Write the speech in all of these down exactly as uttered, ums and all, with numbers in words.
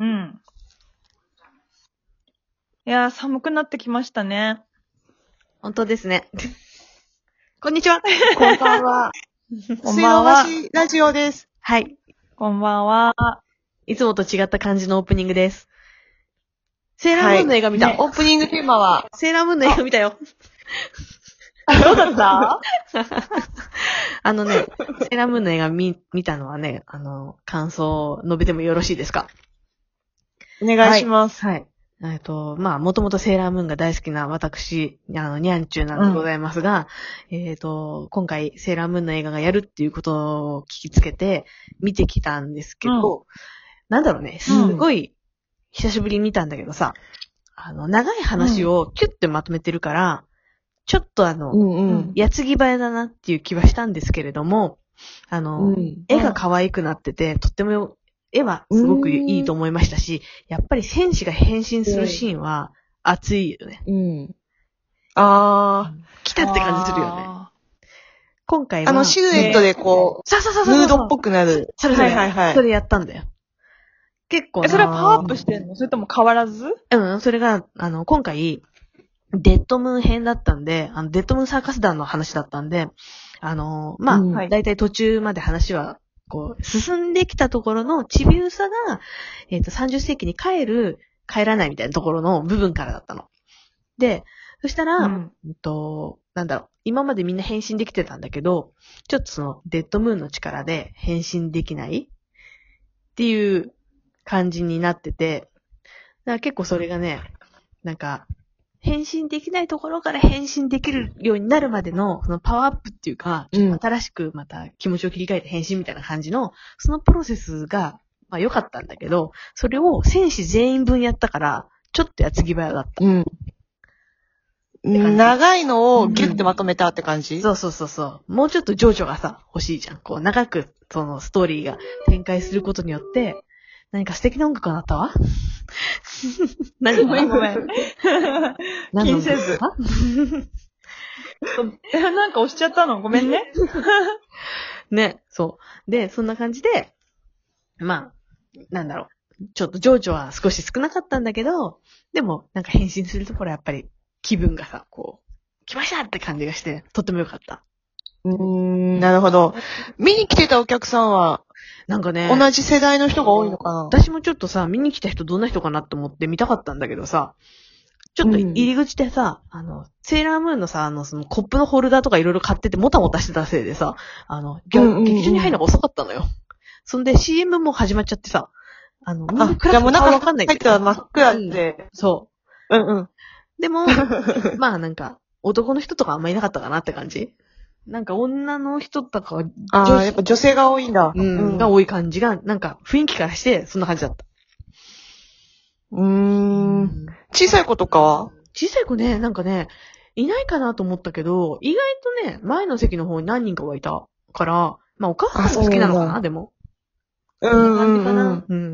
うん。いやー、寒くなってきましたね。 本当ですね。こんにちは。 こんばんは。 こんばんは。 水道橋ラジオです。 はい。 こんばんは。 いつもと違った感じのオープニングです。セーラームーンの映画見た。 はいねオープニングテーマは、 セーラームーンの映画見たよ。 どうだったあのね、セーラームーンの映画見、見たのはね、あの、感想を述べてもよろしいですか？ お願いします。 はい。えっと、まあ、もともとセーラームーンが大好きな私、あの、にゃんちゅうなんでございますが、うん、えっと、今回セーラームーンの映画がやるっていうことを聞きつけて見てきたんですけど、うん、なんだろうね、すごい久しぶりに見たんだけどさ、あの、長い話をキュッてまとめてるから、うん、ちょっとあの、うんうん、矢継ぎ早だなっていう気はしたんですけれども、あの、うん、絵が可愛くなってて、とっても絵はすごくいいと思いましたし、やっぱり戦士が変身するシーンは熱いよね。 うん。あー。来たって感じするよね。今回は。 あのシルエットでこう、 そうそうそうそう。 ヌードっぽくなる。 それそれ。はいはいはい。それやったんだよ。結構。 え、それはパワーアップしてんの？それとも変わらず？ うん、それが、あの、今回、デッドムーン編だったんで、あの、デッドムーンサーカス団の話だったんで、あの、まあ、うん、だいたい途中まで話は、こう、進んできたところのチビウサが、えっと、さんじゅっ世紀に帰る、帰らないみたいなところの部分からだったの。で、そしたら、うん、えっと、なんだろう、今までみんな変身できてたんだけど、ちょっとその、デッドムーンの力で変身できないっていう感じになってて、だから結構それがね、なんか、変身できないところから変身できるようになるまでの、そのパワーアップっていうか、うん、新しくまた気持ちを切り替えて変身みたいな感じの、そのプロセスが、まあ良かったんだけど、それを戦士全員分やったから、ちょっと矢継ぎ早だった。 うん。長いのをギュッてまとめたって感じ、うん、 そうそうそうそう。もうちょっと情緒がさ、欲しいじゃん。こう、長く、そのストーリーが展開することによって、何か素敵な音楽が鳴ったわ何ごめんごめん。気にせず。なんか押しちゃったのごめんね。 ね、そう。で、そんな感じで、まあ、なんだろう。ちょっと情緒は少し少なかったんだけど、でも、なんか変身するところはやっぱり気分がさ、こう、来ましたって感じがして、とってもよかった。 うーん、なるほど。見に来てたお客さんは、 なんかね、 同じ世代の人が多いのかな？ 私もちょっとさ、見に来た人どんな人かなって思って見たかったんだけどさ、ちょっと入り口でさ、うん、あの、セーラームーンのさ、あの、そのコップのホルダーとかいろいろ買っててもたもたしてたせいでさ、あの、うんうんうん、劇場に入るのが遅かったのよ。そんで シーエム も始まっちゃってさ、あの、みんなクラスの顔わかんないんだよ。 入ったら真っ暗で、 うん。そう。うんうん。でも、まあなんか、男の人とかあんまいなかったかなって感じ。なんか女の人とかは、 ああ、やっぱ女性が多いんだ。 うん、うん、が多い感じが、なんか雰囲気からして、そんな感じだった。 うーん。小さい子とかは？ 小さい子ね、なんかね、いないかなと思ったけど、意外とね、前の席の方に何人かはいたから、まあお母さんが好きなのかな、でも。 うんうんうん。 感じかな。うんうん。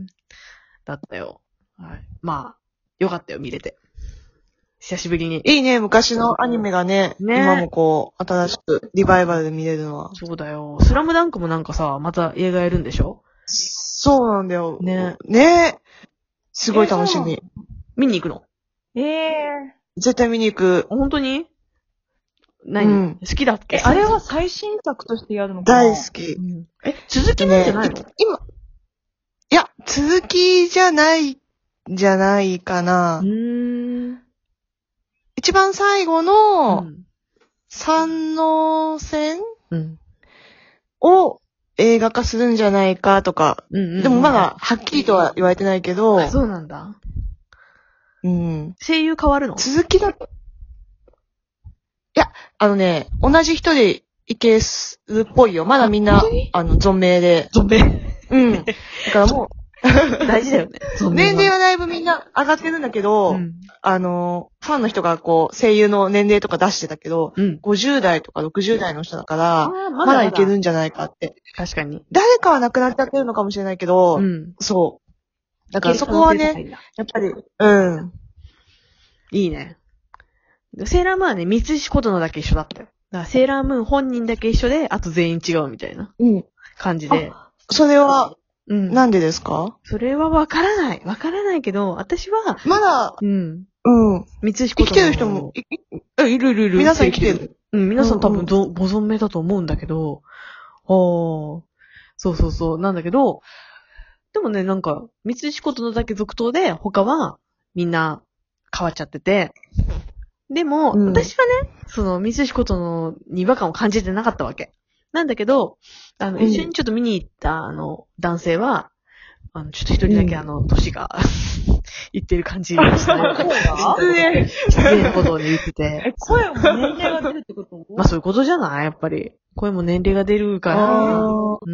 だったよ。はい。まあ、よかったよ、見れて。久しぶりに。 いいね、昔のアニメがね、ね今もこう、新しくリバイバルで見れるのは。 そうだよ。スラムダンクもなんかさ、また映画やるんでしょ？ そうなんだよ。 ね。 ねすごい楽しみ。えー、 見に行くの？ ええー。絶対見に行く。 本当に？何、うん、好きだっけ？ え、あれは最新作としてやるのかな？ 大好き。 うん、え、続きなんじゃないの？ ね、今、いや、続きじゃないんじゃないかな。 うーん。 一番最後の、三能線、うん、を映画化するんじゃないかとか、うんうんうん、でもまだはっきりとは言われてないけど。 あ、そうなんだ。 うん。 声優変わるの？ 続きだと。いや、あのね、同じ人でいけるっぽいよ。まだみんな、あの、存命で。 存命うん。だからもう、 大事だよね。 年齢はだいぶみんな上がってるんだけど、うん、あの、ファンの人がこう、声優の年齢とか出してたけど、うん、ごじゅう代とかろくじゅう代の人だから、まだまだ、まだいけるんじゃないかって。 確かに。 誰かは亡くなっちゃってるのかもしれないけど、うん、そう。だからそこはね、やっぱり、うん。 いいね。セーラームーンはね、三石琴乃だけ一緒だったよ。だからセーラームーン本人だけ一緒で、あと全員違うみたいな感じで。 それは、 うん。なんでですか？ それはわからない。わからないけど、私は、 まだ、 うん。 うん。 三石こと生きてる人も、 い、いるいるいる。 皆さん生きてる。 うん、皆さん多分ご存命だと思うんだけど、おー、そうそうそう、なんだけど、でもね、なんか、三石ことのだけ続投で、他はみんな変わっちゃってて、でも、うん、私はね、その三石ことのに違和感を感じてなかったわけ。なんだけど、あの、一緒にちょっと見に行った、あの、男性は、あの、ちょっと一人だけあの、年が、言ってる感じでしたね。 失礼。 失礼なことを言ってて。 え、声も年齢が出るってことまあそういうことじゃないやっぱり。声も年齢が出るから。うん。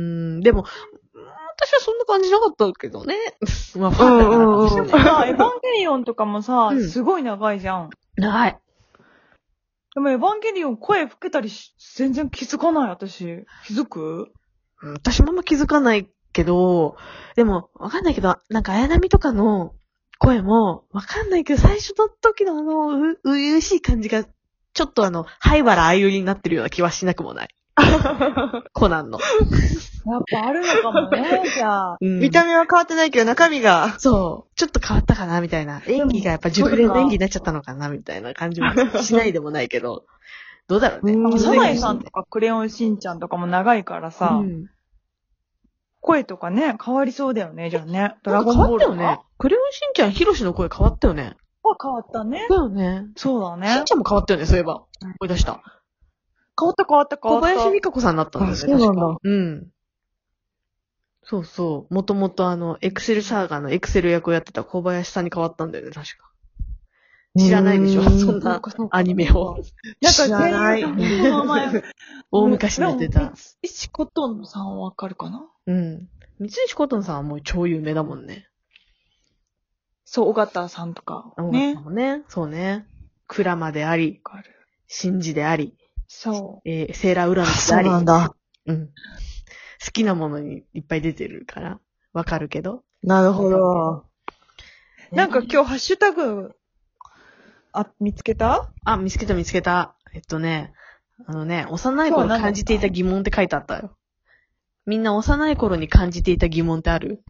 でも、私はそんな感じなかったけどね。まあ、ファンだから。 うんうんうん、でもさ、エヴァンゲリオンとかもさ、うん、すごい長いじゃん。 長い。 でもエヴァンゲリオン声吹けたりし、全然気づかない、私。気づく？ 私もあんま気づかないけど、でも、わかんないけど、なんか、綾波とかの声も、わかんないけど、最初の時のあの、う、うゆうしい感じが、ちょっとあの、灰原あゆりになってるような気はしなくもない。コナンの。 やっぱあるのかもね、じゃあ、 うん。見た目は変わってないけど、中身が。 そう。ちょっと変わったかな、みたいな。演技がやっぱ熟練の演技になっちゃったのかな、みたいな感じもしないでもないけど。どうだろうね。 サザエさんとかクレヨンしんちゃんとかも長いからさ、うん、声とかね、変わりそうだよね、じゃあね。 ドラゴンボール変わったよね。クレヨンしんちゃん、ヒロシの声変わったよね。 あ、変わったね。 だよね。 そうだね。 しんちゃんも変わったよね、そういえば。思い出した。 変わった変わった変わった。 小林美香子さんになったんだよね、 そうなんだ。 確か。うん。そうそう。もともとあの、エクセルサーガのエクセル役をやってた小林さんに変わったんだよね、確か。知らないでしょ、そんなアニメを。 なんか、知らない。 大昔にやってた。 三石コトンさんわかるかな？ うん。三石コトンさんはもう超有名だもんね。 そう、尾形さんとか。 ね。もね。そうね。クラマであり、シンジであり、 そう。 えー、セーラーウランであり。 そうなんだ。 うん。好きなものにいっぱい出てるから、わかるけど。 なるほど。 なんか今日ハッシュタグ、あ、見つけた？ あ、見つけた見つけた。えっとね、あのね、幼い頃感じていた疑問って書いてあったよ。みんな幼い頃に感じていた疑問ってある？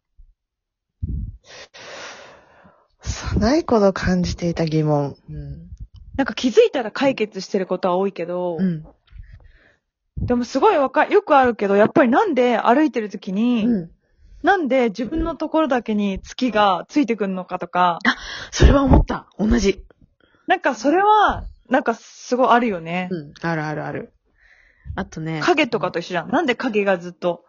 幼い頃感じていた疑問。 うん。なんか気づいたら解決してることは多いけど、うん。でもすごいわか、よくあるけど、やっぱりなんで歩いてるときに、うん、なんで自分のところだけに月がついてくるのかとか。 あ、それは思った。同じ。 なんかそれは、なんかすごいあるよね。 うん。あるあるある。あとね。 影とかと一緒じゃん。なんで影がずっと。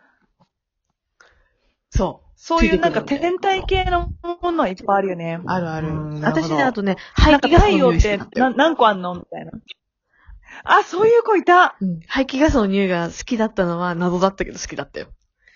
そう。 そういうなんか天体系のものはいっぱいあるよね。 あるある。私ね、あとね、 排気ガスの匂いって何個あんのみたいな。あ、そういう子いた。 うん。排気ガスの匂いが好きだったのは謎だったけど好きだったよ。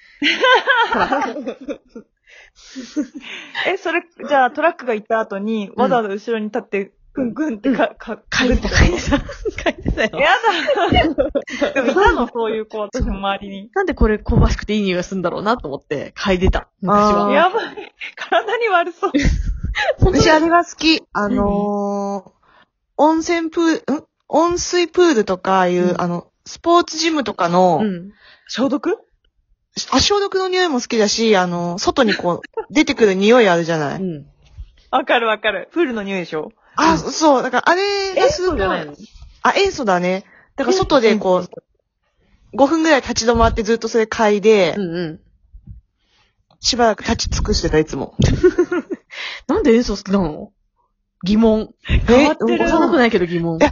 え、それ、じゃあトラックが行った後に、わざわざ後ろに立って、くんくんってか、か、 嗅いでた、嗅いでた。嗅いでたよ。 やだ。でもいたの、そういう子、私の周りに。 なんでこれ香ばしくていい匂いがするんだろうなと思って、嗅いでた。昔は。 やばい。体に悪そう。 私あれが好き。あのー、温泉プール、ん温水プールとかいう、うん、あの、スポーツジムとかの、うん、 消毒？ あ、消毒の匂いも好きだし、あの、外にこう、出てくる匂いあるじゃない。うん。 わかるわかる。プールの匂いでしょ？ あ、そう。だからあれがすごい。あ、塩素だね。だから外でこう、ごふんぐらい立ち止まってずっとそれ嗅いで、うんうん、しばらく立ち尽くしてた、いつも。 なんで塩素好きなの？疑問。 変わってる。 幼くないけど疑問。いや、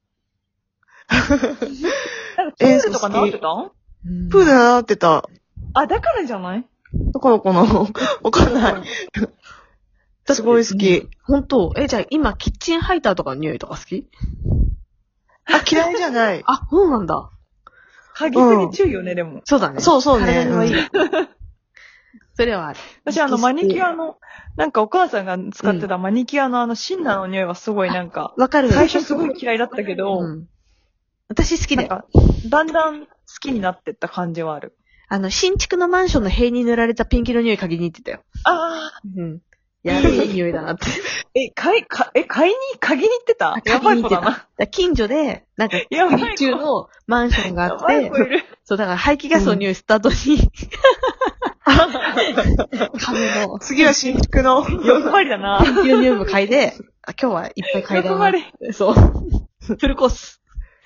プールとか治ってたん？ プール習ってた。 あ、だからじゃない？ だからかなわかんない。すごい好き。 ほんと？え、じゃあ今キッチンハイターとかの匂いとか好き？ あ、嫌いじゃない。 あ、そうなんだ。 嗅ぎすぎ注意よね、うん、でも。 そうだね。 そうそうね。 うん、それはある。 私あのマニキュアの、なんかお母さんが使ってたマニキュアのあのシンナーの匂いはすごいなんか。 わかる。 最初すごい嫌いだったけど、うん、 私好きで。 なんか、だんだん好きになってった感じはある。 あの、新築のマンションの塀に塗られたペンキの匂い嗅ぎに行ってたよ。 ああ。 うん。やべえ匂いだなって。 え、買い、か、え、買いに、嗅ぎに行ってた？やばい子だな。 だ近所で、なんか、近中のマンションがあって、そう、だから排気ガスの匂い吸った後に、 亀の。 次は新宿の。 欲張りだな。 ユニウム嗅いで、あ今日はいっぱい嗅いだな。 欲張り。 そう。フルコース。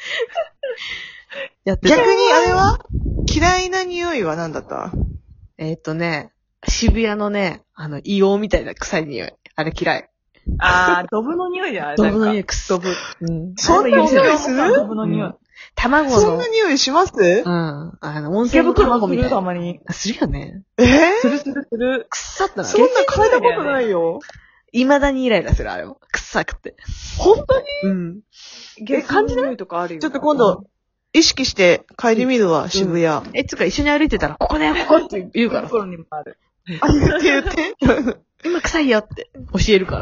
やってた。 逆にあれは嫌いな匂いは何だった？ えっとね、渋谷のね、あの、硫黄みたいな臭い匂い。あれ嫌い。 あー、ドブの匂いじゃない？ ドブの匂いくっドブ。 うん。 そんな匂いする？ ドブの匂い。 卵の。 そんな匂いします？ うん。あの、温泉の卵みたいな。 たまに。 するよね。 えぇ、 するするする。 くっさったな。 そんな嗅いだことないよ。 未だにイライラする、あれも。くっさくて。 本当に？ うん。 え、感じないとかあるよ。 ちょっと今度、意識して嗅いでみるわ、渋谷。うん、 え、つうか一緒に歩いてたら、ここだよ、ここって言うから。 ところにもある。 あ、言って言って。 今臭いよって教えるから。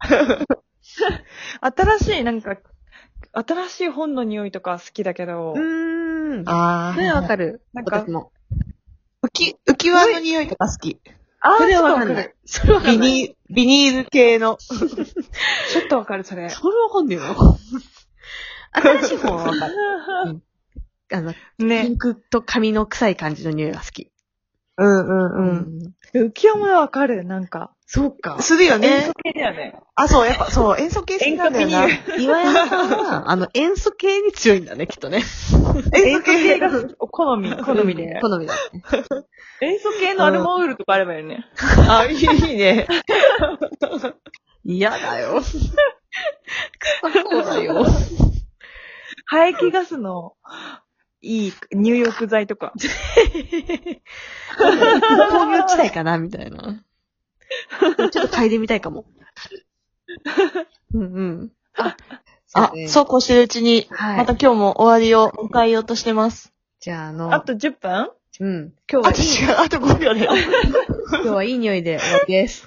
新しい、なんか、新しい本の匂いとか好きだけど。 うーん。 あそれはわかる。 なんか、 私も。 浮き、浮き輪の匂いとか好き。 あー、 それはわかんない。それはわかんない。 ビニール、ビニール系の。 ちょっとわかる、それ。 それわかんねえよ。新しい本はわかる。うん、あの、ね。ピンクと髪の臭い感じの匂いが好き。 うんうんうん。 浮世もわかる、なんか。 そうか。 するよね。 塩素系だよね。 あ、そう、やっぱ、そう、塩素系好きなんだよな。 岩山さんは、あの、塩素系に強いんだね、きっとね。 塩素系が好み、好みで。 好みだ、ね。 塩素系のアルモオイルとかあればいいよね。 あ、いいね。 嫌だよ。そうだよ。 排気ガスのいい入浴剤とか。 工業地帯かなみたいな。ちょっと嗅いでみたいかも。うんうん。 あ、あ、そうこうしてるうちに、はい、また今日も終わりを迎えようとしてます。 じゃあ、あの。 あとじゅっぷん？ うん。 今日はいい。あとごびょうで。 今日はいい匂いで終わりです。